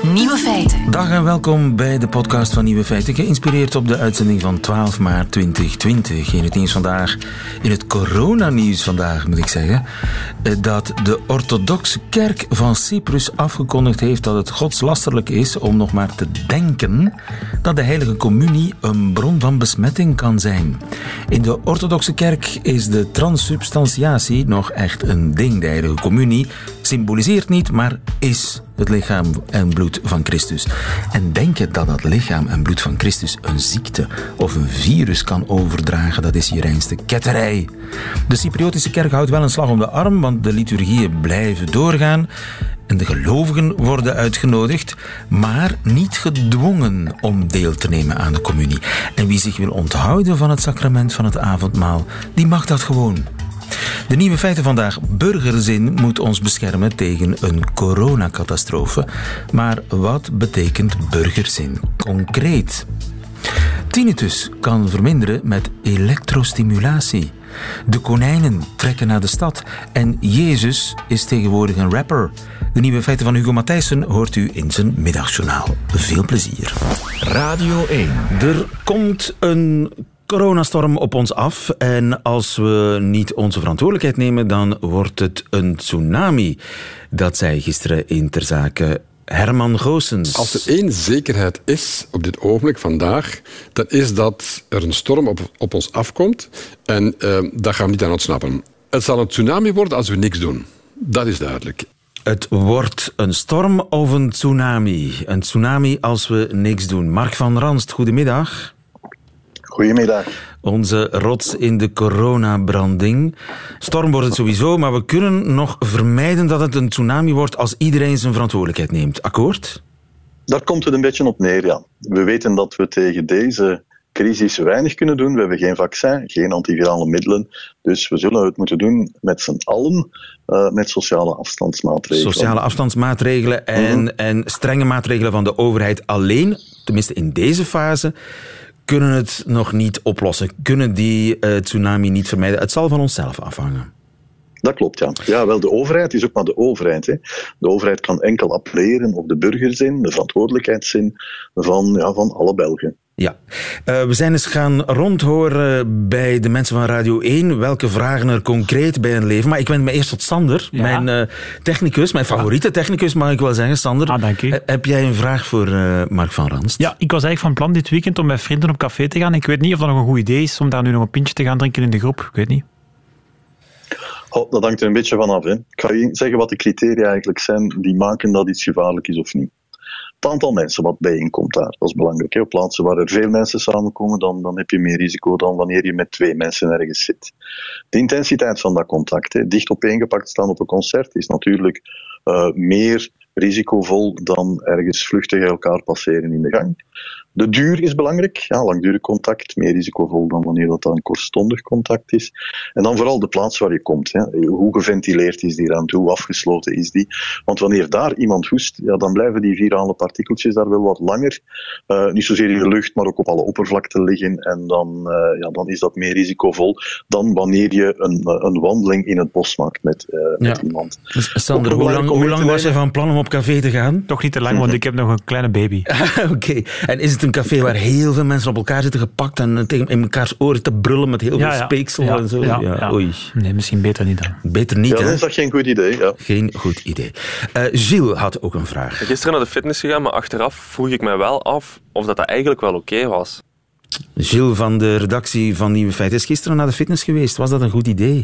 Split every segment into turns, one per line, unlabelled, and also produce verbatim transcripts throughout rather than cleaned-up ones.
Nieuwe Feiten.
Dag en welkom bij de podcast van Nieuwe Feiten, geïnspireerd op de uitzending van twaalf maart tweeduizend twintig. In het nieuws vandaag, in het coronanieuws vandaag moet ik zeggen, dat de orthodoxe kerk van Cyprus afgekondigd heeft dat het godslasterlijk is om nog maar te denken dat de heilige communie een bron van besmetting kan zijn. In de orthodoxe kerk is de transsubstantiatie nog echt een ding. De heilige communie symboliseert niet, maar is het lichaam en bloed van Christus. En denken dat dat lichaam en bloed van Christus een ziekte of een virus kan overdragen, dat is je reinste ketterij. De Cypriotische kerk houdt wel een slag om de arm, want de liturgieën blijven doorgaan en de gelovigen worden uitgenodigd, maar niet gedwongen om deel te nemen aan de communie. En wie zich wil onthouden van het sacrament van het avondmaal, die mag dat gewoon. De nieuwe feiten vandaag. Burgerzin moet ons beschermen tegen een coronacatastrofe. Maar wat betekent burgerzin concreet? Tinnitus kan verminderen met elektrostimulatie. De konijnen trekken naar de stad. En Jezus is tegenwoordig een rapper. De nieuwe feiten van Hugo Matthijssen hoort u in zijn middagjournaal. Veel plezier.
Radio één.
Er komt een coronastorm op ons af en als we niet onze verantwoordelijkheid nemen, dan wordt het een tsunami. Dat zei gisteren in ter zake Herman Goossens.
Als er één zekerheid is op dit ogenblik, vandaag, dan is dat er een storm op, op ons afkomt en uh, daar gaan we niet aan ontsnappen. Het zal een tsunami worden als we niks doen. Dat is duidelijk.
Het wordt een storm of een tsunami. Een tsunami als we niks doen. Mark van Ranst, goedemiddag.
Goedemiddag.
Onze rots in de coronabranding. Storm wordt het sowieso, maar we kunnen nog vermijden dat het een tsunami wordt als iedereen zijn verantwoordelijkheid neemt. Akkoord?
Daar komt het een beetje op neer, ja. We weten dat we tegen deze crisis weinig kunnen doen. We hebben geen vaccin, geen antivirale middelen. Dus we zullen het moeten doen met z'n allen, uh, met sociale afstandsmaatregelen.
Sociale afstandsmaatregelen en, mm-hmm. en strenge maatregelen van de overheid alleen, tenminste in deze fase, kunnen het nog niet oplossen, kunnen die uh, tsunami niet vermijden. Het zal van onszelf afhangen.
Dat klopt, ja. Ja, wel, de overheid is ook maar de overheid. Hè. De overheid kan enkel appelleren op de burgerzin, de verantwoordelijkheidszin van, ja, van alle Belgen.
Ja. Uh, we zijn eens gaan rondhoren bij de mensen van Radio één welke vragen er concreet bij hen leven. Maar ik wend me eerst tot Sander, ja. mijn uh, technicus, mijn favoriete technicus mag ik wel zeggen. Sander,
ah, dank u.
Uh, heb jij een vraag voor uh, Mark van Ranst?
Ja, ik was eigenlijk van plan dit weekend om met vrienden op café te gaan. Ik weet niet of dat nog een goed idee is om daar nu nog een pintje te gaan drinken in de groep. Ik weet niet.
Oh, dat hangt er een beetje van af. Hè. Ik ga je zeggen wat de criteria eigenlijk zijn die maken dat iets gevaarlijk is of niet. Het aantal mensen wat bijeenkomt daar, dat is belangrijk. Hè. Op plaatsen waar er veel mensen samenkomen, dan, dan heb je meer risico dan wanneer je met twee mensen ergens zit. De intensiteit van dat contact, hè, dicht opeengepakt staan op een concert, is natuurlijk uh, meer risicovol dan ergens vluchtig elkaar passeren in de gang. De duur is belangrijk. Ja, langdurig contact, meer risicovol dan wanneer dat een kortstondig contact is. En dan vooral de plaats waar je komt. Hè. Hoe geventileerd is die ruimte? Hoe afgesloten is die? Want wanneer daar iemand hoest, ja, dan blijven die virale partikeltjes daar wel wat langer. Uh, niet zozeer in de lucht, maar ook op alle oppervlakten liggen. En dan, uh, ja, dan is dat meer risicovol dan wanneer je een, een wandeling in het bos maakt met, uh, ja. met iemand.
Dus, Sander, hoe lang, hoe lang was je van plan om op café te gaan?
Toch niet te lang, want ik heb nog een kleine baby.
Oké. Okay. En is het een café waar heel veel mensen op elkaar zitten gepakt en tegen in mekaars oren te brullen met heel veel ja, ja. speeksel
ja,
en zo?
Ja, ja, ja.
Oei.
Nee, misschien beter niet dan.
Beter niet,
ja, dan
hè?
is dat geen goed idee. Ja.
Geen goed idee. Uh, Gilles had ook een vraag.
Gisteren naar de fitness gegaan, maar achteraf vroeg ik mij wel af of dat, dat eigenlijk wel oké okay was.
Gilles van de redactie van Nieuwe Feiten is gisteren naar de fitness geweest. Was dat een goed idee?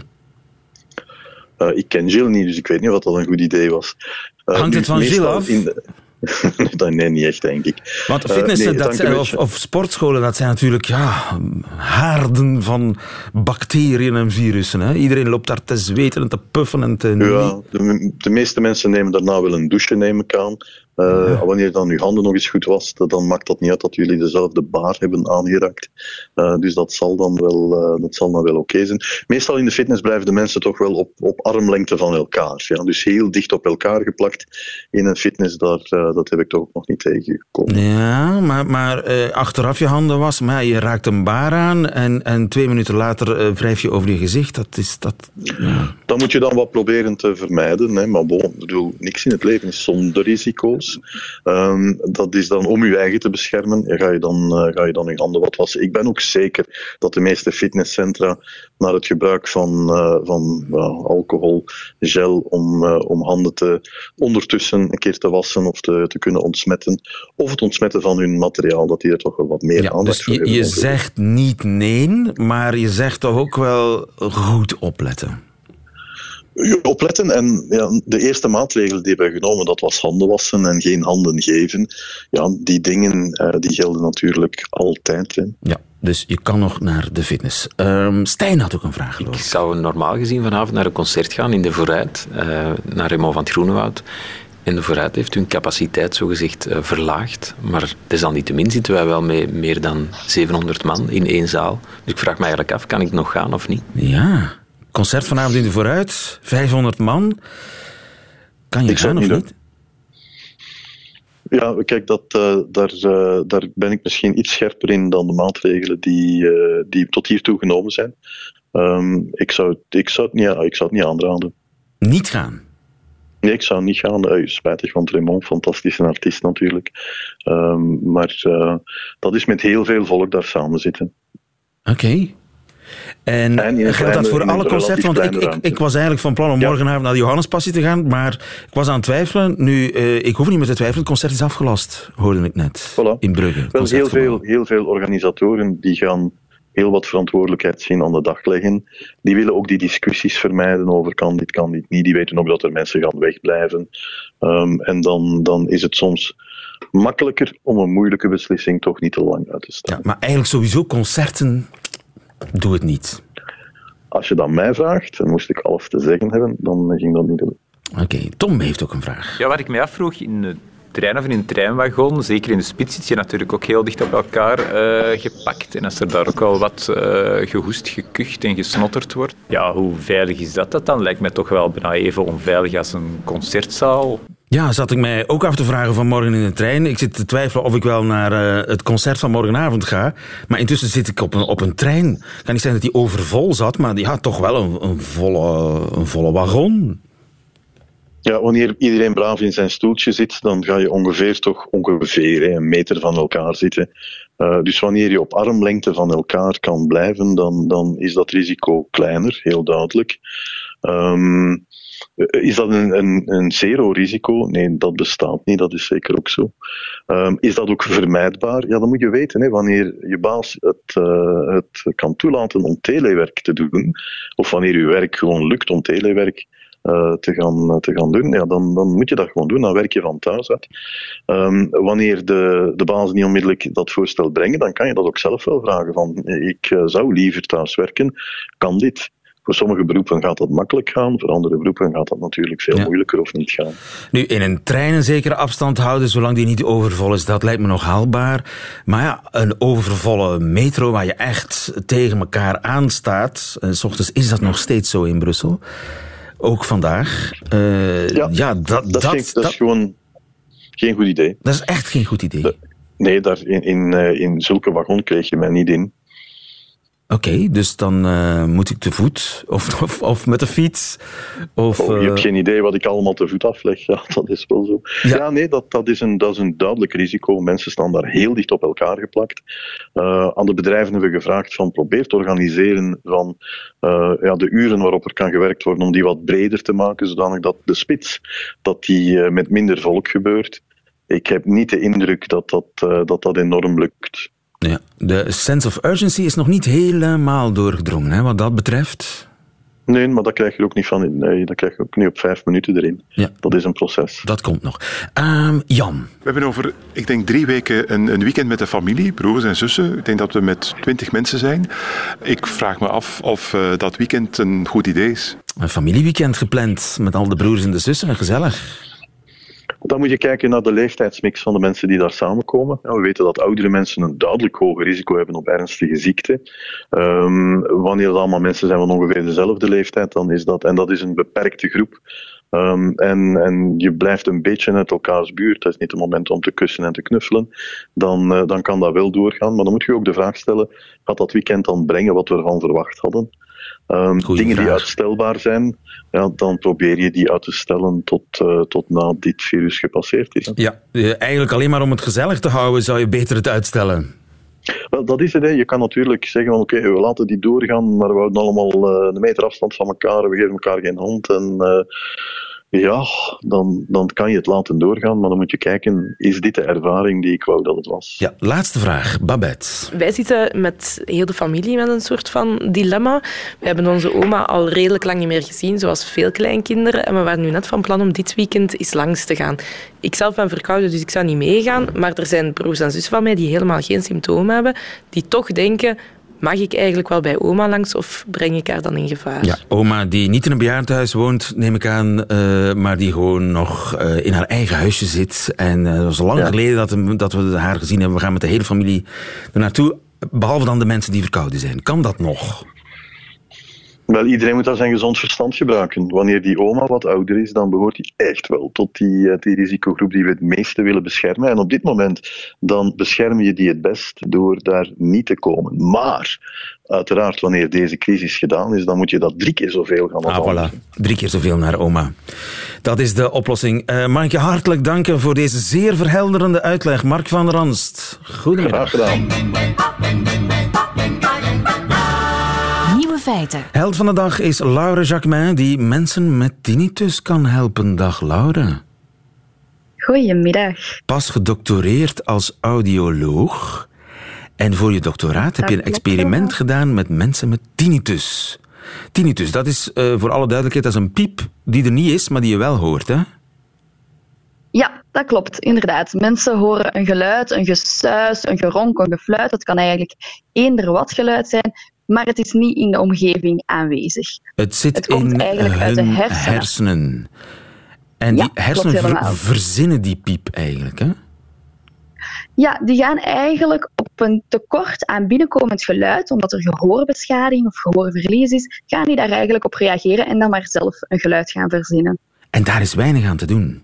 Uh, ik ken Gilles niet, dus ik weet niet of dat een goed idee was. Uh,
Hangt het van Gilles af?
Nee, niet echt, denk ik.
Want fitness uh, nee, dat zijn, of, of sportscholen, dat zijn natuurlijk ja, haarden van bacteriën en virussen. Hè? Iedereen loopt daar te zweten en te puffen. En te...
Ja, de, de meeste mensen nemen daarna wel een douche, neem ik aan. Uh, ja. Wanneer dan uw handen nog eens goed wast, dan maakt dat niet uit dat jullie dezelfde baar hebben aangeraakt. Uh, dus dat zal dan wel, uh, dat zal dan wel oké zijn. Meestal in de fitness blijven de mensen toch wel op, op armlengte van elkaar. Ja? Dus heel dicht op elkaar geplakt in een fitness, daar, uh, dat heb ik toch nog niet tegengekomen.
Ja, maar, maar uh, achteraf je handen wassen, maar je raakt een baar aan en, en twee minuten later uh, wrijf je over je gezicht. Dat is dat. Ja.
Dat moet je dan wat proberen te vermijden. Hè? Maar bon, ik bedoel, niks in het leven is zonder risico's. trouwens. Um, dat is dan om je eigen te beschermen. Ja, ga, je dan, uh, ga je dan je handen wat wassen. Ik ben ook zeker dat de meeste fitnesscentra naar het gebruik van, uh, van uh, alcohol, gel, om, uh, om handen te ondertussen een keer te wassen of te, te kunnen ontsmetten. Of het ontsmetten van hun materiaal, dat die er toch wel wat meer
ja,
aandacht
dus
voor
je,
hebben.
je zegt niet nee, maar je zegt toch ook wel goed opletten.
Opletten en ja, de eerste maatregelen die we hebben genomen, dat was handen wassen en geen handen geven. Ja, die dingen uh, die gelden natuurlijk altijd. Hè.
Ja, dus je kan nog naar de fitness. Um, Stijn had ook een vraag, geloof
ik. Ik zou normaal gezien vanavond naar een concert gaan in de Vooruit, uh, naar Raymond van 't Groenewoud. En de Vooruit heeft hun capaciteit zogezegd uh, verlaagd. Maar desalniettemin zitten wij wel met meer dan zevenhonderd man in één zaal. Dus ik vraag me eigenlijk af, kan ik nog gaan of niet?
Ja, concert vanavond in de Vooruit, vijfhonderd man. Kan je
ik
gaan of niet?
Ja, kijk, dat, uh, daar, uh, daar ben ik misschien iets scherper in dan de maatregelen die, uh, die tot hiertoe genomen zijn. Um, ik, zou, ik, zou het niet, ik zou het niet aanraden.
Niet gaan?
Nee, ik zou niet gaan. Uh, spijtig, want Raymond, fantastische artiest natuurlijk. Um, maar uh, dat is met heel veel volk daar samen zitten.
Oké. Okay. En, en geldt dat voor alle concerten? Want ik, ik, ik was eigenlijk van plan om ja. morgenavond naar de Johannespassie te gaan, maar ik was aan het twijfelen. Nu, uh, ik hoef niet meer te twijfelen, het concert is afgelast, hoorde ik net.
Voilà.
In Brugge.
Wel, heel, veel, heel veel organisatoren die gaan heel wat verantwoordelijkheid zien aan de dag leggen. Die willen ook die discussies vermijden over kan dit, kan dit niet. Die weten ook dat er mensen gaan wegblijven. Um, en dan, dan is het soms makkelijker om een moeilijke beslissing toch niet te lang uit te stellen.
Ja, maar eigenlijk sowieso concerten, doe het niet.
Als je dat mij vraagt, en moest ik alles te zeggen hebben, dan ging dat niet doen.
Oké, okay, Tom heeft ook een vraag.
Ja, wat ik mij afvroeg, in de trein of in een treinwagon, zeker in de spits, zit je natuurlijk ook heel dicht op elkaar uh, gepakt. En als er daar ook wel wat uh, gehoest, gekucht en gesnotterd wordt, ja, hoe veilig is dat, dat dan? Lijkt mij toch wel bijna even onveilig als een concertzaal.
Ja, zat ik mij ook af te vragen vanmorgen in de trein. Ik zit te twijfelen of ik wel naar uh, het concert van morgenavond ga. Maar intussen zit ik op een, op een trein. Kan niet zijn dat die overvol zat, maar die had toch wel een, een, volle, een volle wagon.
Ja, wanneer iedereen braaf in zijn stoeltje zit, dan ga je ongeveer toch ongeveer hè, een meter van elkaar zitten. Uh, dus wanneer je op armlengte van elkaar kan blijven, dan, dan is dat risico kleiner, heel duidelijk. Um, Is dat een, een, een zero-risico? Nee, dat bestaat niet, dat is zeker ook zo. Um, is dat ook vermijdbaar? Ja, dat moet je weten. Hè. Wanneer je baas het, uh, het kan toelaten om telewerk te doen, of wanneer je werk gewoon lukt om telewerk uh, te, gaan, te gaan doen, ja, dan, dan moet je dat gewoon doen, dan werk je van thuis uit. Um, wanneer de, de baas niet onmiddellijk dat voorstel brengen, dan kan je dat ook zelf wel vragen. Van, ik uh, zou liever thuis werken, kan dit? Voor sommige beroepen gaat dat makkelijk gaan, voor andere beroepen gaat dat natuurlijk veel ja. moeilijker of niet gaan.
Nu, in een trein een zekere afstand houden, zolang die niet overvol is, dat lijkt me nog haalbaar. Maar ja, een overvolle metro waar je echt tegen elkaar aanstaat, uh, 's ochtends is dat nog steeds zo in Brussel. Ook vandaag. Uh, ja, ja, dat,
dat,
dat,
dat, geen, dat is gewoon geen goed idee.
Dat is echt geen goed idee.
De, nee, daar in, in, in zulke wagon kreeg je mij niet in.
Oké, okay, dus dan uh, moet ik te voet of, of, of met de fiets? Of,
oh, je hebt uh... geen idee wat ik allemaal te voet afleg. Ja, dat is wel zo. Ja, ja nee, dat, dat, is een, dat is een duidelijk risico. Mensen staan daar heel dicht op elkaar geplakt. Uh, aan de bedrijven hebben we gevraagd van probeer te organiseren van uh, ja, de uren waarop er kan gewerkt worden om die wat breder te maken, zodanig dat de spits dat die uh, met minder volk gebeurt. Ik heb niet de indruk dat dat, uh, dat, dat enorm lukt.
Ja, de sense of urgency is nog niet helemaal doorgedrongen, hè, wat dat betreft.
Nee, maar dat krijg je ook niet van. Nee, dat krijg je ook niet op vijf minuten erin. Ja. Dat is een proces.
Dat komt nog. Um, Jan.
We hebben over, ik denk, drie weken een, een weekend met de familie, broers en zussen. Ik denk dat we met twintig mensen zijn. Ik vraag me af of uh, dat weekend een goed idee is.
Een familieweekend gepland met al de broers en de zussen, gezellig.
Dan moet je kijken naar de leeftijdsmix van de mensen die daar samenkomen. Ja, we weten dat oudere mensen een duidelijk hoger risico hebben op ernstige ziekte. Um, wanneer het allemaal mensen zijn van ongeveer dezelfde leeftijd, dan is dat, en dat is een beperkte groep. Um, en, en je blijft een beetje uit elkaars buurt, dat is niet het moment om te kussen en te knuffelen, dan, uh, dan kan dat wel doorgaan. Maar dan moet je ook de vraag stellen, gaat dat weekend dan brengen wat we ervan verwacht hadden? Um, dingen
vraag.
die uitstelbaar zijn, ja, dan probeer je die uit te stellen tot, uh, tot na dit virus gepasseerd is. Hè.
Ja, uh, eigenlijk alleen maar om het gezellig te houden zou je beter het uitstellen.
Wel, dat is het. Hè. Je kan natuurlijk zeggen van oké, okay, we laten die doorgaan, maar we houden allemaal uh, een meter afstand van elkaar, we geven elkaar geen hand. En uh, ja, dan, dan kan je het laten doorgaan, maar dan moet je kijken, is dit de ervaring die ik wou dat het was?
Ja, laatste vraag, Babette.
Wij zitten met heel de familie met een soort van dilemma. We hebben onze oma al redelijk lang niet meer gezien, zoals veel kleinkinderen. En we waren nu net van plan om dit weekend eens langs te gaan. Ik zelf ben verkouden, dus ik zou niet meegaan. Maar er zijn broers en zussen van mij die helemaal geen symptomen hebben, die toch denken, mag ik eigenlijk wel bij oma langs of breng ik haar dan in gevaar?
Ja, oma die niet in een bejaardenhuis woont, neem ik aan, uh, maar die gewoon nog uh, in haar eigen huisje zit. En uh, dat was al lang ja. geleden dat, dat we haar gezien hebben. We gaan met de hele familie er naartoe, behalve dan de mensen die verkouden zijn. Kan dat nog?
Wel, iedereen moet daar zijn gezond verstand gebruiken. Wanneer die oma wat ouder is, dan behoort hij echt wel tot die, die risicogroep die we het meeste willen beschermen. En op dit moment, dan bescherm je die het best door daar niet te komen. Maar, uiteraard, wanneer deze crisis gedaan is, dan moet je dat drie keer zoveel gaan ophouden.
Ah, voilà. Drie keer zoveel naar oma. Dat is de oplossing. Uh, mag ik je hartelijk danken voor deze zeer verhelderende uitleg. Mark van der Anst, goedemiddag.
Graag gedaan.
Feiten.
Held van de dag is Laure Jacquemin, die mensen met tinnitus kan helpen. Dag Laure.
Goedemiddag.
Pas gedoctoreerd als audioloog. En voor je doctoraat heb je een experiment gedaan met mensen met tinnitus. Tinnitus, dat is uh, voor alle duidelijkheid, dat is een piep die er niet is, maar die je wel hoort, hè?
Ja, dat klopt, inderdaad. Mensen horen een geluid, een gesuis, een geronk, een gefluit. Het kan eigenlijk eender wat geluid zijn, maar het is niet in de omgeving aanwezig.
Het zit
het komt
in
eigenlijk uit de hersenen.
hersenen. En
ja,
die hersenen ver, verzinnen die piep eigenlijk, hè?
Ja, die gaan eigenlijk op een tekort aan binnenkomend geluid, omdat er gehoorbeschadiging of gehoorverlies is, gaan die daar eigenlijk op reageren en dan maar zelf een geluid gaan verzinnen.
En daar is weinig aan te doen.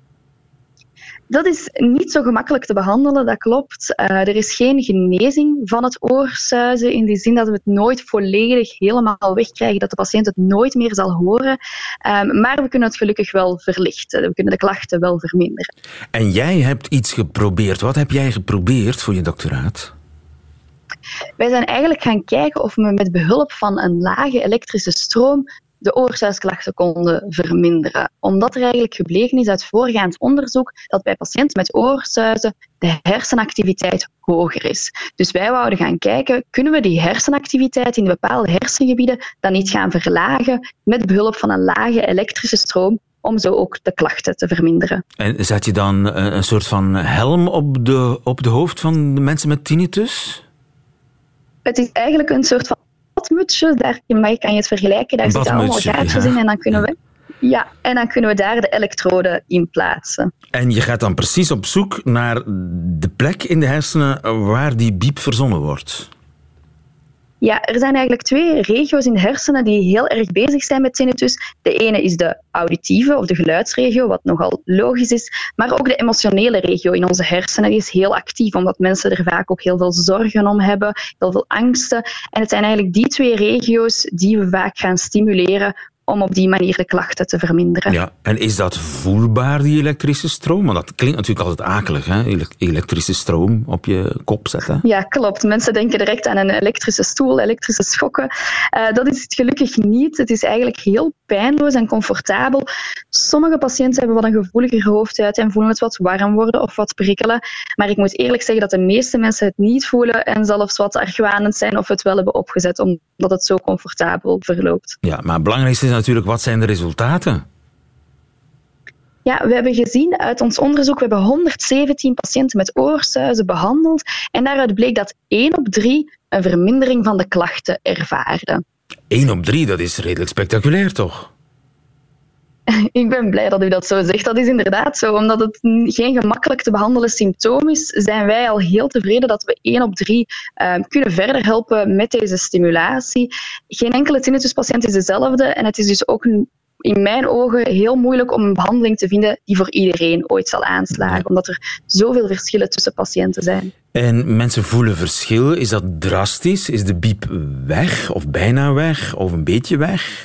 Dat is niet zo gemakkelijk te behandelen, dat klopt. Uh, er is geen genezing van het oorsuizen in die zin dat we het nooit volledig helemaal wegkrijgen, dat de patiënt het nooit meer zal horen. Um, maar we kunnen het gelukkig wel verlichten. We kunnen de klachten wel verminderen.
En jij hebt iets geprobeerd. Wat heb jij geprobeerd voor je doctoraat?
Wij zijn eigenlijk gaan kijken of we met behulp van een lage elektrische stroom de oorsuisklachten konden verminderen. Omdat er eigenlijk gebleken is uit voorgaand onderzoek dat bij patiënten met oorsuizen de hersenactiviteit hoger is. Dus wij wouden gaan kijken, kunnen we die hersenactiviteit in bepaalde hersengebieden dan niet gaan verlagen met behulp van een lage elektrische stroom om zo ook de klachten te verminderen.
En zet je dan een soort van helm op de, op de hoofd van de mensen met tinnitus?
Het is eigenlijk een soort van badmutsje, daar kan je het vergelijken. Daar zitten allemaal gaatjes ja. in en dan kunnen we... Ja, en dan kunnen we daar de elektroden in plaatsen.
En je gaat dan precies op zoek naar de plek in de hersenen waar die biep verzonnen wordt.
Ja, er zijn eigenlijk twee regio's in de hersenen die heel erg bezig zijn met tinnitus. De ene is de auditieve of de geluidsregio, wat nogal logisch is. Maar ook de emotionele regio in onze hersenen die is heel actief, omdat mensen er vaak ook heel veel zorgen om hebben, heel veel angsten. En het zijn eigenlijk die twee regio's die we vaak gaan stimuleren om op die manier de klachten te verminderen.
Ja, en is dat voelbaar, die elektrische stroom? Want dat klinkt natuurlijk altijd akelig, hè? Elektrische stroom op je kop zetten.
Ja, klopt. Mensen denken direct aan een elektrische stoel, elektrische schokken. Uh, dat is het gelukkig niet. Het is eigenlijk heel pijnloos en comfortabel. Sommige patiënten hebben wat een gevoeliger hoofdhuid en voelen het wat warm worden of wat prikkelen. Maar ik moet eerlijk zeggen dat de meeste mensen het niet voelen en zelfs wat argwanend zijn of het wel hebben opgezet, omdat het zo comfortabel verloopt.
Ja, maar het belangrijkste is natuurlijk, wat zijn de resultaten?
Ja, we hebben gezien uit ons onderzoek, we hebben honderdzeventien patiënten met oorsuizen behandeld en daaruit bleek dat één op drie een vermindering van de klachten ervaarde.
één op drie, dat is redelijk spectaculair, toch?
Ik ben blij dat u dat zo zegt. Dat is inderdaad zo. Omdat het geen gemakkelijk te behandelen symptoom is, zijn wij al heel tevreden dat we één op drie uh, kunnen verder helpen met deze stimulatie. Geen enkele tinnituspatiënt is dezelfde en het is dus ook een, in mijn ogen heel moeilijk om een behandeling te vinden die voor iedereen ooit zal aanslagen, omdat er zoveel verschillen tussen patiënten zijn.
En mensen voelen verschil. Is dat drastisch? Is de biep weg of bijna weg of een beetje weg?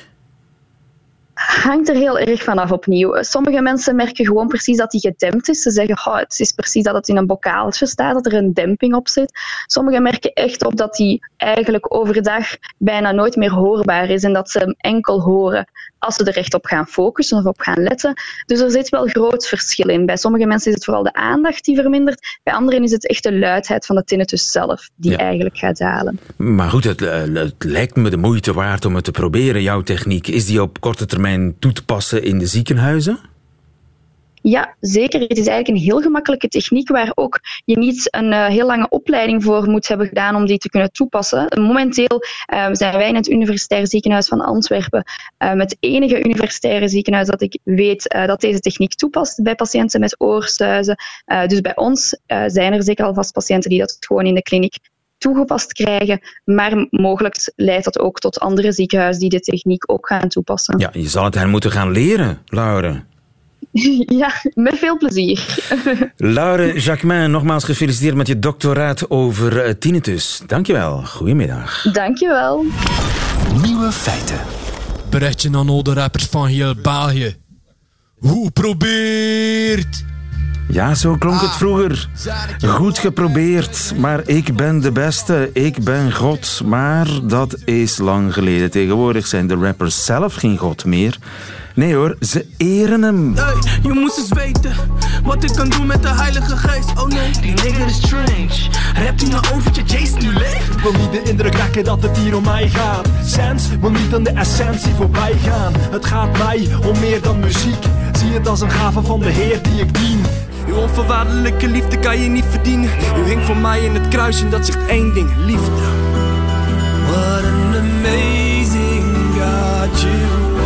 Hangt er heel erg vanaf opnieuw. Sommige mensen merken gewoon precies dat die gedempt is. Ze zeggen, oh, het is precies dat het in een bokaaltje staat, dat er een demping op zit. Sommigen merken echt op dat die eigenlijk overdag bijna nooit meer hoorbaar is en dat ze hem enkel horen als ze er echt op gaan focussen of op gaan letten. Dus er zit wel groot verschil in. Bij sommige mensen is het vooral de aandacht die vermindert. Bij anderen is het echt de luidheid van de tinnitus zelf die ja. eigenlijk gaat dalen.
Maar goed, het, het lijkt me de moeite waard om het te proberen, jouw techniek. Is die op korte termijn toe te passen in de ziekenhuizen?
Ja, zeker. Het is eigenlijk een heel gemakkelijke techniek waar ook je niet een uh, heel lange opleiding voor moet hebben gedaan om die te kunnen toepassen. Momenteel uh, zijn wij in het Universitair Ziekenhuis van Antwerpen uh, het enige universitaire ziekenhuis dat ik weet uh, dat deze techniek toepast bij patiënten met oorsuizen. Uh, dus bij ons uh, zijn er zeker alvast patiënten die dat gewoon in de kliniek toegepast krijgen, maar mogelijk leidt dat ook tot andere ziekenhuizen die de techniek ook gaan toepassen.
Ja, je zal het hen moeten gaan leren, Laure.
Ja, met veel plezier.
Laure Jacquemin, nogmaals gefeliciteerd met je doctoraat over uh, tinnitus. Dankjewel. Goedemiddag.
Dankjewel.
Nieuwe feiten. Berichtje aan al de rappers van heel België. Hoe probeert...
Ja, zo klonk het vroeger. Goed geprobeerd, maar ik ben de beste. Ik ben God. Maar dat is lang geleden. Tegenwoordig zijn de rappers zelf geen God meer. Nee hoor, ze eren hem.
Hey, je moest eens weten wat ik kan doen met de Heilige Geest. Oh nee, die nigger is strange. Rapt hij nou overtje, Jason nu leeg?
Ik wil niet de indruk wekken dat het hier om mij gaat. Sens wil niet aan de essentie voorbij gaan. Het gaat mij om meer dan muziek. Zie het als een gave van de Heer die ik dien.
Uw onvoorwaardelijke liefde kan je niet verdienen. U hing voor mij in het kruis en dat zegt één ding, liefde. What an amazing God you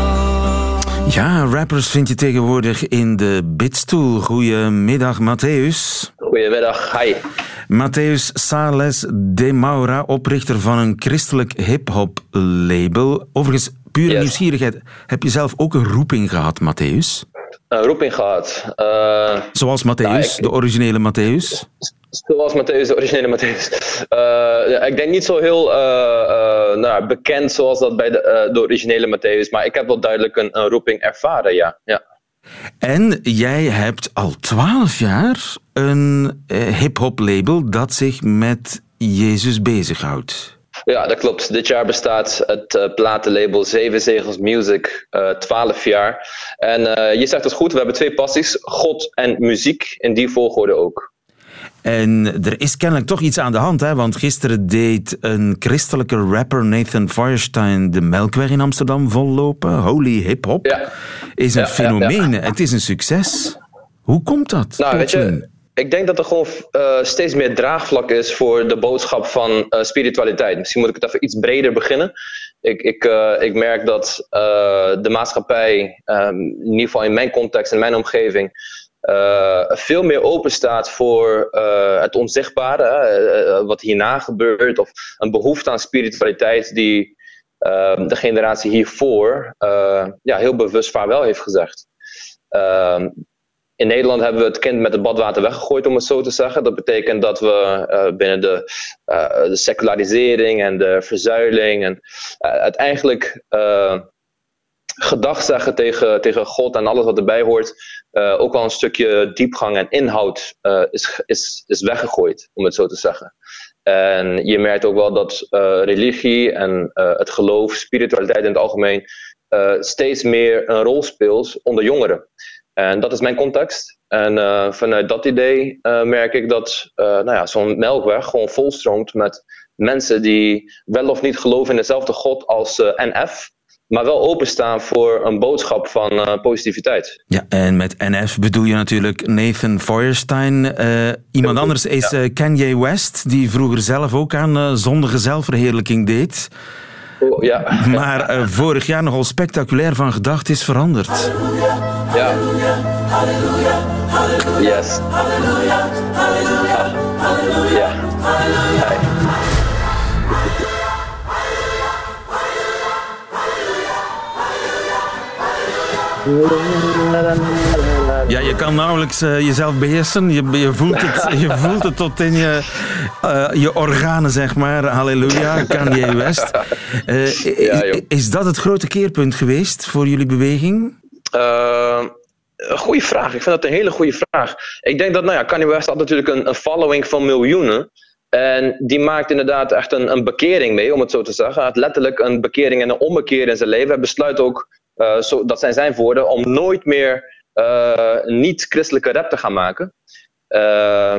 are.
Ja, rappers vind je tegenwoordig in de bidstoel. Goedemiddag, Matthäus.
Goedemiddag, hi.
Matthäus Sales de Maura, oprichter van een christelijk hip-hop label. Overigens, pure yes. nieuwsgierigheid. Heb je zelf ook een roeping gehad, Matthäus?
Een roeping gehad. Uh,
Zoals Matthäus, nou, ik, de originele Matthäus?
Zoals Matthäus, de originele Matthäus. Uh, ik denk niet zo heel uh, uh, nou, bekend zoals dat bij de, uh, de originele Matthäus, maar ik heb wel duidelijk een, een roeping ervaren, ja. ja.
En jij hebt al twaalf jaar een uh, hip-hop label dat zich met Jezus bezighoudt.
Ja, dat klopt. Dit jaar bestaat het uh, platenlabel Zeven Zegels Music uh, twaalf jaar. En uh, je zegt het goed, we hebben twee passies, God en muziek, in die volgorde ook.
En er is kennelijk toch iets aan de hand, hè? Want gisteren deed een christelijke rapper, Nathan Feuerstein, de Melkweg in Amsterdam vollopen. Holy hip-hop
ja.
is een
ja,
fenomeen.
Ja, ja.
Het is een succes. Hoe komt dat?
Nou, weet je, ik denk dat er gewoon uh, steeds meer draagvlak is voor de boodschap van uh, spiritualiteit. Misschien moet ik het even iets breder beginnen. Ik, ik, uh, ik merk dat uh, de maatschappij, um, in ieder geval in mijn context, in mijn omgeving, uh, veel meer open staat voor uh, het onzichtbare, uh, uh, wat hierna gebeurt, of een behoefte aan spiritualiteit die uh, de generatie hiervoor uh, ja, heel bewust vaarwel heeft gezegd. Uh, In Nederland hebben we het kind met het badwater weggegooid, om het zo te zeggen. Dat betekent dat we uh, binnen de, uh, de secularisering en de verzuiling en uh, het eigenlijk uh, gedag zeggen tegen, tegen God en alles wat erbij hoort, uh, ook al een stukje diepgang en inhoud uh, is, is, is weggegooid, om het zo te zeggen. En je merkt ook wel dat uh, religie en uh, het geloof, spiritualiteit in het algemeen, uh, steeds meer een rol speelt onder jongeren. En dat is mijn context. En uh, vanuit dat idee uh, merk ik dat uh, nou ja, zo'n melkweg gewoon volstroomt met mensen die wel of niet geloven in dezelfde God als uh, N F, maar wel openstaan voor een boodschap van uh, positiviteit.
Ja, en met N F bedoel je natuurlijk Nathan Feuerstein. Uh, iemand anders is uh, Kanye West, die vroeger zelf ook aan uh, zondige zelfverheerlijking deed.
Oh, ja.
Maar uh, vorig jaar nogal spectaculair van gedacht is veranderd.
Ja. Yes.
Halleluja, halleluja, halleluja,
ja.
halleluja.
Ja, je kan nauwelijks uh, jezelf beheersen. Je, je, voelt het, je voelt het tot in je, uh, je organen, zeg maar. Halleluja, Kanye West. Uh, ja, is dat het grote keerpunt geweest voor jullie beweging?
Uh, een goeie vraag. Ik vind dat een hele goede vraag. Ik denk dat, nou ja, Kanye West had natuurlijk een, een following van miljoenen. En die maakt inderdaad echt een, een bekering mee, om het zo te zeggen. Hij had letterlijk een bekering en een ommekeer in zijn leven. Hij besluit ook, uh, zo, dat zijn zijn woorden, om nooit meer uh, niet-christelijke rap te gaan maken. Uh,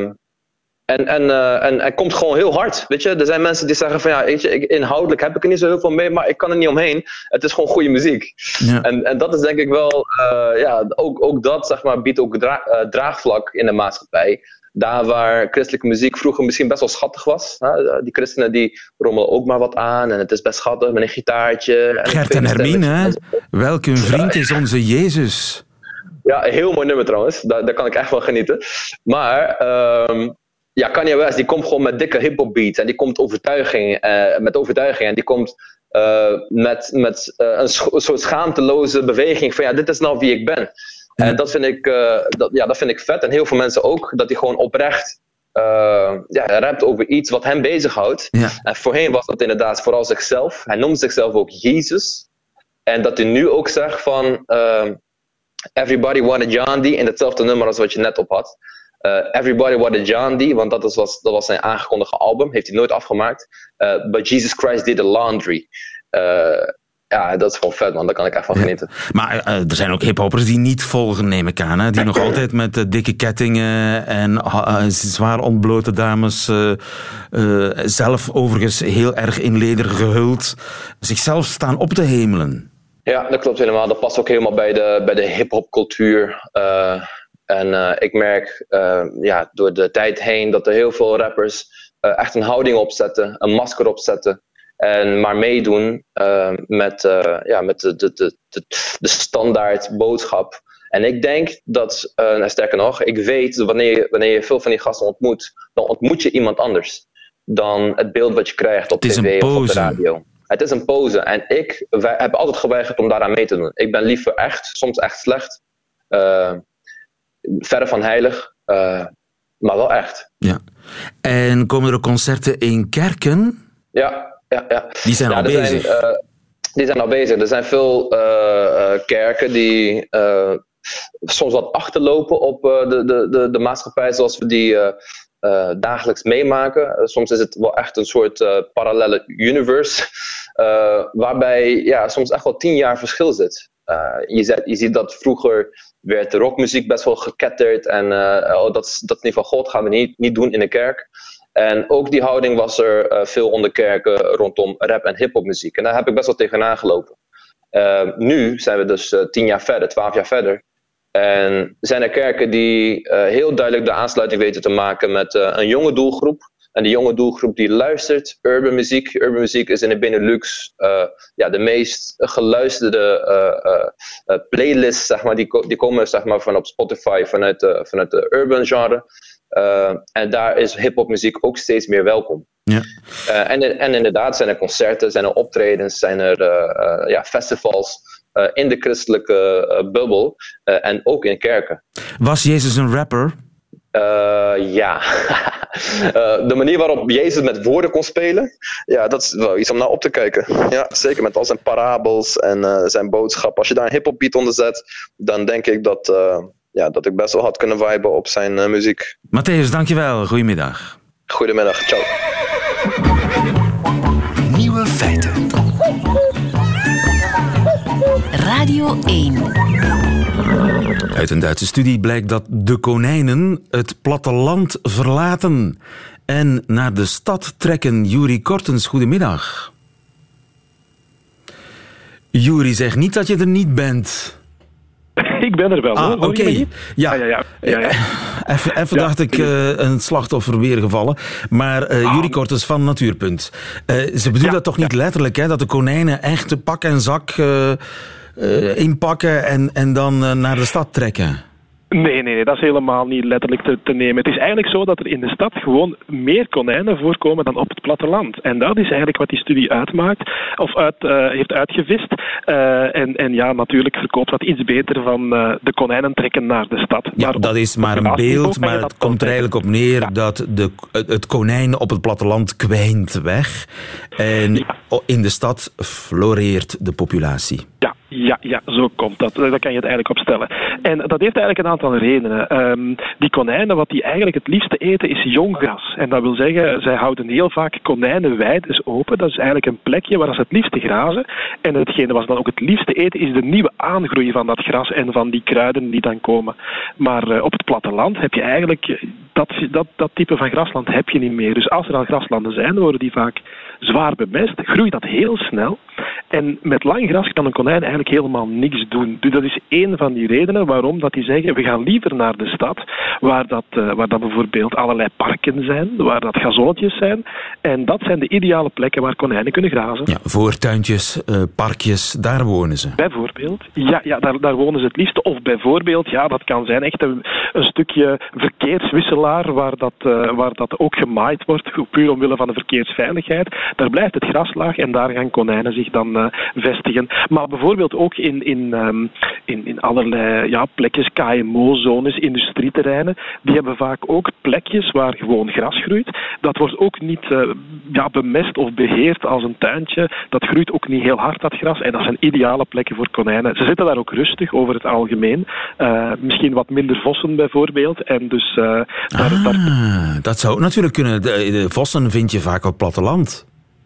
en, en, uh, en hij komt gewoon heel hard, weet je. Er zijn mensen die zeggen van, ja, weet je, ik, inhoudelijk heb ik er niet zo heel veel mee, maar ik kan er niet omheen. Het is gewoon goede muziek. Ja. En, en dat is denk ik wel, uh, ja, ook, ook dat, zeg maar, biedt ook dra- uh, draagvlak in de maatschappij. Daar waar christelijke muziek vroeger misschien best wel schattig was. Hè? Die christenen die rommelen ook maar wat aan. En het is best schattig met een gitaartje. En
Gert en Hermine, welk een vriend is onze Jezus.
Ja, een heel mooi nummer trouwens. Daar, daar kan ik echt van genieten. Maar um, ja, Kanye West die komt gewoon met dikke hip-hop beats. En die komt overtuiging, uh, met overtuiging. En die komt uh, met, met uh, een, scho- een soort schaamteloze beweging van ja, dit is nou wie ik ben. En dat vind, ik, uh, dat, ja, dat vind ik vet. En heel veel mensen ook. Dat hij gewoon oprecht uh, ja, rapt over iets wat hem bezighoudt. Ja. En voorheen was dat inderdaad vooral zichzelf. Hij noemde zichzelf ook Jezus. En dat hij nu ook zegt van... Uh, Everybody wanted John D. In hetzelfde nummer als wat je net op had. Uh, Everybody wanted John D. Want dat was, dat was zijn aangekondigde album. Heeft hij nooit afgemaakt. Uh, but Jesus Christ did the laundry. Uh, Ja, dat is gewoon vet, man. Daar kan ik echt van genieten.
Ja. Maar uh, er zijn ook hiphoppers die niet volgen, neem ik aan. Hè? Die nog altijd met uh, dikke kettingen en uh, zwaar ontblote dames, uh, uh, zelf overigens heel erg in leder gehuld, zichzelf staan op te hemelen.
Ja, dat klopt helemaal. Dat past ook helemaal bij de, bij de hip-hop-cultuur. Uh, en uh, ik merk uh, ja, door de tijd heen dat er heel veel rappers uh, echt een houding opzetten, een masker opzetten. En maar meedoen uh, met, uh, ja, met de, de, de, de, de standaard boodschap. En ik denk dat, uh, nou, sterker nog, ik weet wanneer je, wanneer je veel van die gasten ontmoet, dan ontmoet je iemand anders dan het beeld wat je krijgt op tv of op de radio. Het is een pose. En ik wij, heb altijd geweigerd om daaraan mee te doen. Ik ben liever echt, soms echt slecht, uh, verre van heilig, uh, maar wel echt.
Ja. En komen er ook concerten in kerken?
Ja. Ja, ja.
Die zijn
ja,
al bezig.
Zijn, uh, die zijn al bezig. Er zijn veel uh, uh, kerken die uh, soms wat achterlopen op uh, de, de, de, de maatschappij zoals we die uh, uh, dagelijks meemaken. Uh, soms is het wel echt een soort uh, parallele universe. Uh, waarbij ja, soms echt wel tien jaar verschil zit. Uh, je, zet, je ziet dat vroeger werd de rockmuziek best wel geketterd. En uh, oh, dat, dat is niet van God, gaan we niet, niet doen in de kerk. En ook die houding was er uh, veel onder kerken rondom rap en hiphopmuziek. En daar heb ik best wel tegenaan gelopen. Uh, nu zijn we dus uh, tien jaar verder, twaalf jaar verder. En zijn er kerken die uh, heel duidelijk de aansluiting weten te maken met uh, een jonge doelgroep. En die jonge doelgroep die luistert urban muziek. Urban muziek is in de Benelux uh, ja, de meest geluisterde uh, uh, uh, playlists, zeg maar. Die, ko- die komen zeg maar, van op Spotify vanuit de, vanuit de urban genre. Uh, en daar is hiphopmuziek ook steeds meer welkom.
Ja.
Uh, en, en inderdaad zijn er concerten, zijn er optredens, zijn er uh, uh, ja, festivals uh, in de christelijke uh, bubbel uh, en ook in kerken.
Was Jezus een rapper?
Uh, ja. uh, de manier waarop Jezus met woorden kon spelen, ja, dat is wel iets om naar op te kijken. Ja, zeker met al zijn parabels en uh, zijn boodschap. Als je daar een hiphop beat onder zet, dan denk ik dat... Uh, Ja, dat ik best wel had kunnen viben op zijn uh, muziek.
Matthäus, dankjewel. Goedemiddag.
Goedemiddag, ciao.
Nieuwe feiten.
Radio één.
Uit een Duitse studie blijkt dat de konijnen het platteland verlaten en naar de stad trekken. Juri Kortens, goedemiddag. Juri, zeg niet dat je er niet bent.
Ik ben er wel.
Ah, oké. Okay. Ja.
Ja, ja, ja, ja.
Even, even
ja,
dacht ik uh, een slachtoffer weer gevallen. Maar uh, Juri Kortens van Natuurpunt. Uh, ze bedoelen ja, dat toch niet ja. letterlijk, hè? Dat de konijnen echt de pak en zak uh, uh, inpakken en, en dan uh, naar de stad trekken?
Nee, nee, nee, dat is helemaal niet letterlijk te, te nemen. Het is eigenlijk zo dat er in de stad gewoon meer konijnen voorkomen dan op het platteland. En dat is eigenlijk wat die studie uitmaakt, of uit, uh, heeft uitgevist. Uh, en, en ja, natuurlijk verkoopt dat iets beter van uh, de konijnen trekken naar de stad.
Ja,
maar
dat is maar een beeld, maar het komt er eigenlijk op neer ja. dat de, het konijn op het platteland kwijnt weg. En ja. in de stad floreert de populatie.
Ja. Ja, ja, zo komt dat. Daar kan je het eigenlijk op stellen. En dat heeft eigenlijk een aantal redenen. Um, die konijnen, wat die eigenlijk het liefste eten, is jong gras. En dat wil zeggen, zij houden heel vaak konijnenweides open. Dat is eigenlijk een plekje waar ze het liefste grazen. En hetgene wat ze dan ook het liefste eten, is de nieuwe aangroei van dat gras en van die kruiden die dan komen. Maar uh, op het platteland heb je eigenlijk... Dat, dat, dat type van grasland heb je niet meer. Dus als er al graslanden zijn, worden die vaak zwaar bemest. Groeit dat heel snel. En met lang gras kan een konijn eigenlijk helemaal niks doen. Dus dat is één van die redenen waarom dat die zeggen, we gaan liever naar de stad, waar dat, uh, waar dat bijvoorbeeld allerlei parken zijn, waar dat gazonnetjes zijn. En dat zijn de ideale plekken waar konijnen kunnen grazen.
Ja, voortuintjes, uh, parkjes, daar wonen ze.
Bijvoorbeeld. Ja, ja daar, daar wonen ze het liefste. Of bijvoorbeeld, ja, dat kan zijn echt een, een stukje verkeerswisselaar waar dat, uh, waar dat ook gemaaid wordt, puur omwille van de verkeersveiligheid. Daar blijft het gras laag en daar gaan konijnen zich dan uh, vestigen. Maar bijvoorbeeld ook in, in, um, in, in allerlei ja, plekjes, K M O-zones, industrieterreinen, die hebben vaak ook plekjes waar gewoon gras groeit. Dat wordt ook niet uh, ja, bemest of beheerd als een tuintje. Dat groeit ook niet heel hard, dat gras. En dat zijn ideale plekken voor konijnen. Ze zitten daar ook rustig over het algemeen. Uh, misschien wat minder vossen bijvoorbeeld. En dus, uh, daar,
ah,
daar...
dat zou ook natuurlijk kunnen. De, de vossen vind je vaak op het platteland.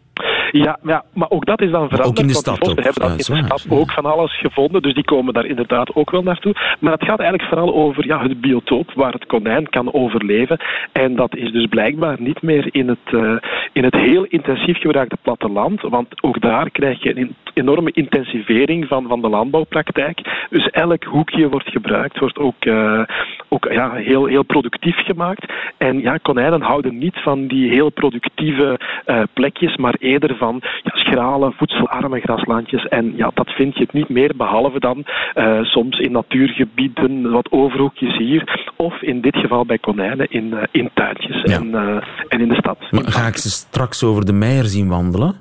Ja, ja, maar ook dat is dan veranderd.
Ook in de stad.
Want die vossen hebben dat in de stad ook van alles gevonden, dus die komen daar inderdaad ook wel naartoe. Maar het gaat eigenlijk vooral over ja, het biotoop waar het konijn kan overleven. En dat is dus blijkbaar niet meer in het, uh, in het heel intensief gebruikte platteland, want ook daar krijg je een enorme intensivering van, van de landbouwpraktijk. Dus elk hoekje wordt gebruikt, wordt ook, uh, ook ja, heel, heel productief gemaakt. En ja, konijnen houden niet van die heel productieve uh, plekjes, maar eerder van ja, schrale, voedselarme graslandjes. En ja, dat vind je het niet meer, behalve dan uh, soms in natuurgebieden, wat overhoekjes hier, of in dit geval bij konijnen in, uh, in tuintjes ja. en, uh, en in de stad.
Maar ga ik ze straks over de Meijer zien wandelen?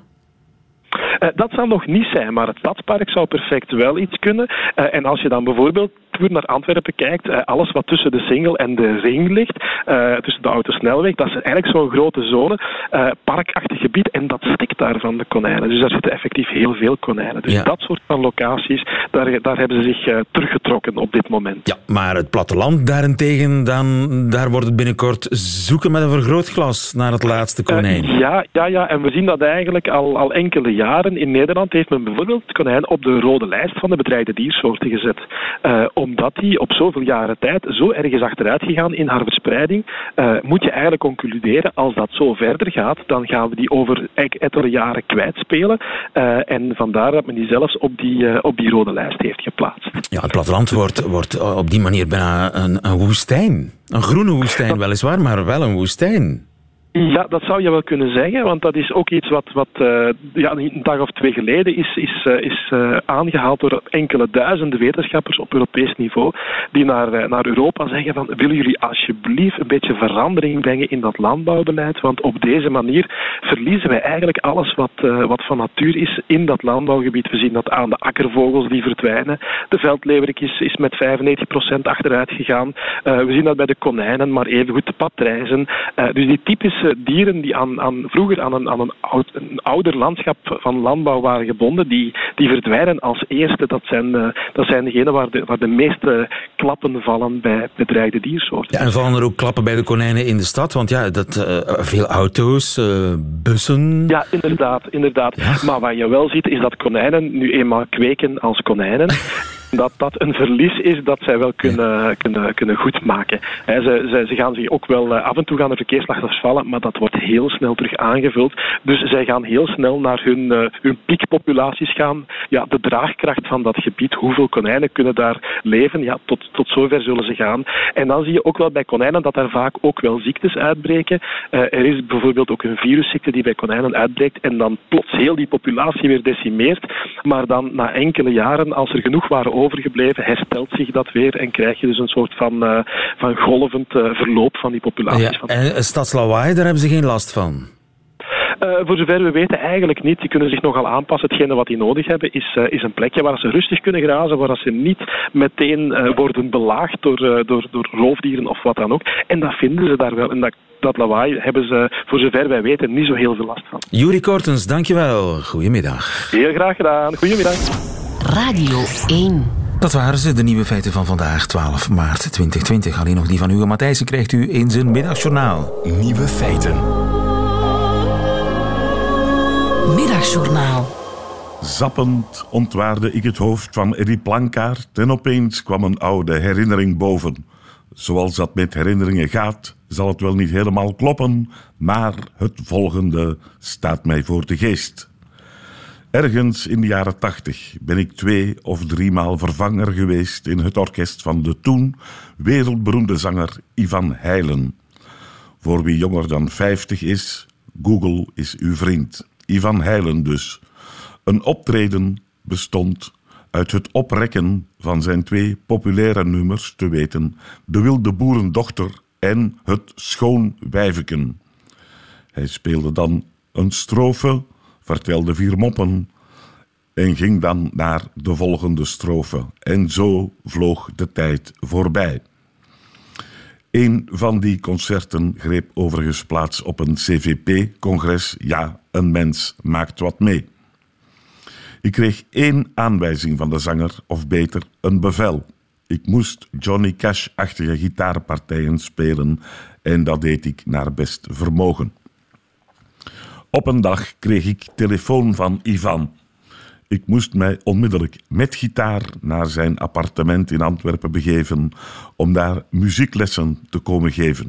Uh, dat zal nog niet zijn, maar het stadspark zou perfect wel iets kunnen. Uh, en als je dan bijvoorbeeld puur naar Antwerpen kijkt, uh, alles wat tussen de Singel en de Ring ligt, uh, tussen de autosnelweg, dat is eigenlijk zo'n grote zone, uh, parkachtig gebied, en dat stikt daar van de konijnen. Dus daar zitten effectief heel veel konijnen. Dus ja. dat soort van locaties, daar, daar hebben ze zich uh, teruggetrokken op dit moment.
Ja, maar het platteland daarentegen, dan, daar wordt het binnenkort zoeken met een vergrootglas naar het laatste konijn.
Uh, ja, ja, ja, en we zien dat eigenlijk al, al enkele jaren. In Nederland heeft men bijvoorbeeld het konijn op de rode lijst van de bedreigde diersoorten gezet. Uh, omdat die op zoveel jaren tijd zo erg is achteruit gegaan in haar verspreiding, uh, moet je eigenlijk concluderen, als dat zo verder gaat, dan gaan we die over ettelijke jaren kwijtspelen. Uh, en vandaar dat men die zelfs op die, uh, op die rode lijst heeft geplaatst.
Ja, het platteland wordt, wordt op die manier bijna een, een woestijn. Een groene woestijn weliswaar, maar wel een woestijn.
Ja, dat zou je wel kunnen zeggen, want dat is ook iets wat, wat uh, ja, een dag of twee geleden is, is, uh, is uh, aangehaald door enkele duizenden wetenschappers op Europees niveau, die naar, uh, naar Europa zeggen van, willen jullie alsjeblieft een beetje verandering brengen in dat landbouwbeleid, want op deze manier verliezen wij eigenlijk alles wat, uh, wat van natuur is in dat landbouwgebied. We zien dat aan de akkervogels die verdwijnen, de veldleeuwerik is, is met vijfennegentig procent achteruit gegaan, uh, we zien dat bij de konijnen, maar evengoed de patrijzen. Uh, dus die typische dieren die aan, aan, vroeger aan, een, aan een, oud, een ouder landschap van landbouw waren gebonden, die, die verdwijnen als eerste. Dat zijn, uh, dat zijn degenen waar de, waar de meeste klappen vallen bij bedreigde diersoorten.
Ja, en vallen er ook klappen bij de konijnen in de stad? Want ja, dat, uh, veel auto's, uh, bussen...
Ja, inderdaad. inderdaad. Ja. Maar wat je wel ziet, is dat konijnen nu eenmaal kweken als konijnen. Dat dat een verlies is dat zij wel kunnen, kunnen, kunnen goedmaken. He, ze, ze, ze gaan zich ook wel af en toe gaan de verkeersslachtoffers vallen, maar dat wordt heel snel terug aangevuld. Dus zij gaan heel snel naar hun, uh, hun piekpopulaties gaan. Ja, de draagkracht van dat gebied, hoeveel konijnen kunnen daar leven, ja, tot, tot zover zullen ze gaan. En dan zie je ook wel bij konijnen dat er vaak ook wel ziektes uitbreken. Uh, er is bijvoorbeeld ook een virusziekte die bij konijnen uitbreekt en dan plots heel die populatie weer decimeert. Maar dan na enkele jaren, als er genoeg waren over, overgebleven, herstelt zich dat weer en krijg je dus een soort van, uh, van golvend uh, verloop van die populaties.
Ja, en stadslawaai, daar hebben ze geen last van?
Uh, voor zover we weten eigenlijk niet. Die kunnen zich nogal aanpassen. Hetgene wat die nodig hebben is, uh, is een plekje waar ze rustig kunnen grazen, waar ze niet meteen uh, worden belaagd door, uh, door, door roofdieren of wat dan ook. En dat vinden ze daar wel. En dat, dat lawaai hebben ze, voor zover wij weten, niet zo heel veel last van.
Juri Kortens, dankjewel. Goedemiddag.
Heel graag gedaan. Goedemiddag.
Radio één.
Dat waren ze, de nieuwe feiten van vandaag, twaalf maart tweeduizend twintig. Alleen nog die van Hugo Matthijssen krijgt u in zijn middagjournaal.
Nieuwe feiten.
Middagjournaal.
Zappend ontwaarde ik het hoofd van Eddie Plankaart en opeens kwam een oude herinnering boven. Zoals dat met herinneringen gaat, zal het wel niet helemaal kloppen, maar het volgende staat mij voor de geest. Ergens in de jaren tachtig ben ik twee of driemaal vervanger geweest in het orkest van de toen wereldberoemde zanger Ivan Heilen. Voor wie jonger dan vijftig is, Google is uw vriend. Ivan Heilen dus. Een optreden bestond uit het oprekken van zijn twee populaire nummers, te weten De Wilde Boerendochter en Het Schoon Wijveken. Hij speelde dan een strofe, vertelde vier moppen en ging dan naar de volgende strofe. En zo vloog de tijd voorbij. Een van die concerten greep overigens plaats op een C V P-congres. Ja, een mens maakt wat mee. Ik kreeg één aanwijzing van de zanger, of beter, een bevel. Ik moest Johnny Cash-achtige gitaarpartijen spelen en dat deed ik naar best vermogen. Op een dag kreeg ik telefoon van Ivan. Ik moest mij onmiddellijk met gitaar naar zijn appartement in Antwerpen begeven om daar muzieklessen te komen geven.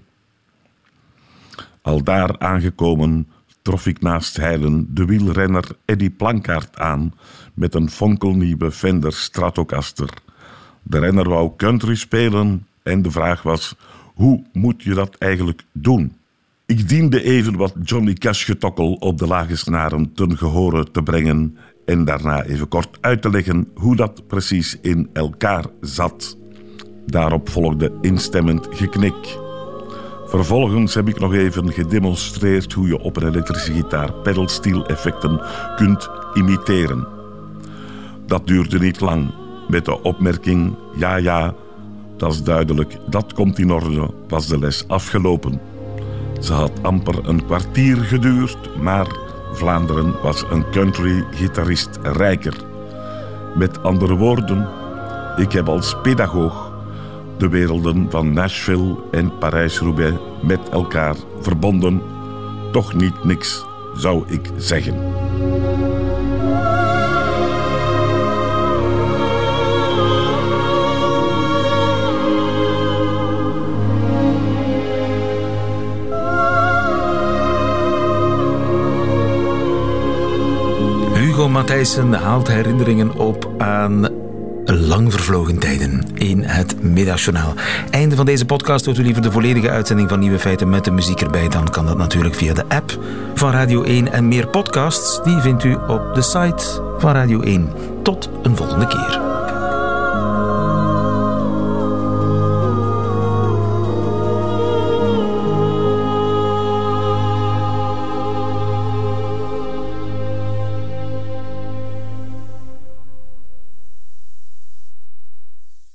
Al daar aangekomen trof ik naast Heilen de wielrenner Eddie Plankaart aan met een fonkelnieuwe Fender Stratocaster. De renner wou country spelen en de vraag was: hoe moet je dat eigenlijk doen? Ik diende even wat Johnny Cash getokkel op de lage snaren ten gehore te brengen en daarna even kort uit te leggen hoe dat precies in elkaar zat. Daarop volgde instemmend geknik. Vervolgens heb ik nog even gedemonstreerd hoe je op een elektrische gitaar pedalsteel-effecten kunt imiteren. Dat duurde niet lang, met de opmerking: ja, ja, dat is duidelijk, dat komt in orde, was de les afgelopen. Ze had amper een kwartier geduurd, maar Vlaanderen was een country-gitarist rijker. Met andere woorden, ik heb als pedagoog de werelden van Nashville en Parijs-Roubaix met elkaar verbonden. Toch niet niks, zou ik zeggen.
Hugo Matthijssen haalt herinneringen op aan lang vervlogen tijden in het Middagjournaal. Einde van deze podcast. Hoort u liever de volledige uitzending van Nieuwe Feiten met de muziek erbij, dan kan dat natuurlijk via de app van Radio één. En meer podcasts, die vindt u op de site van Radio één. Tot een volgende keer.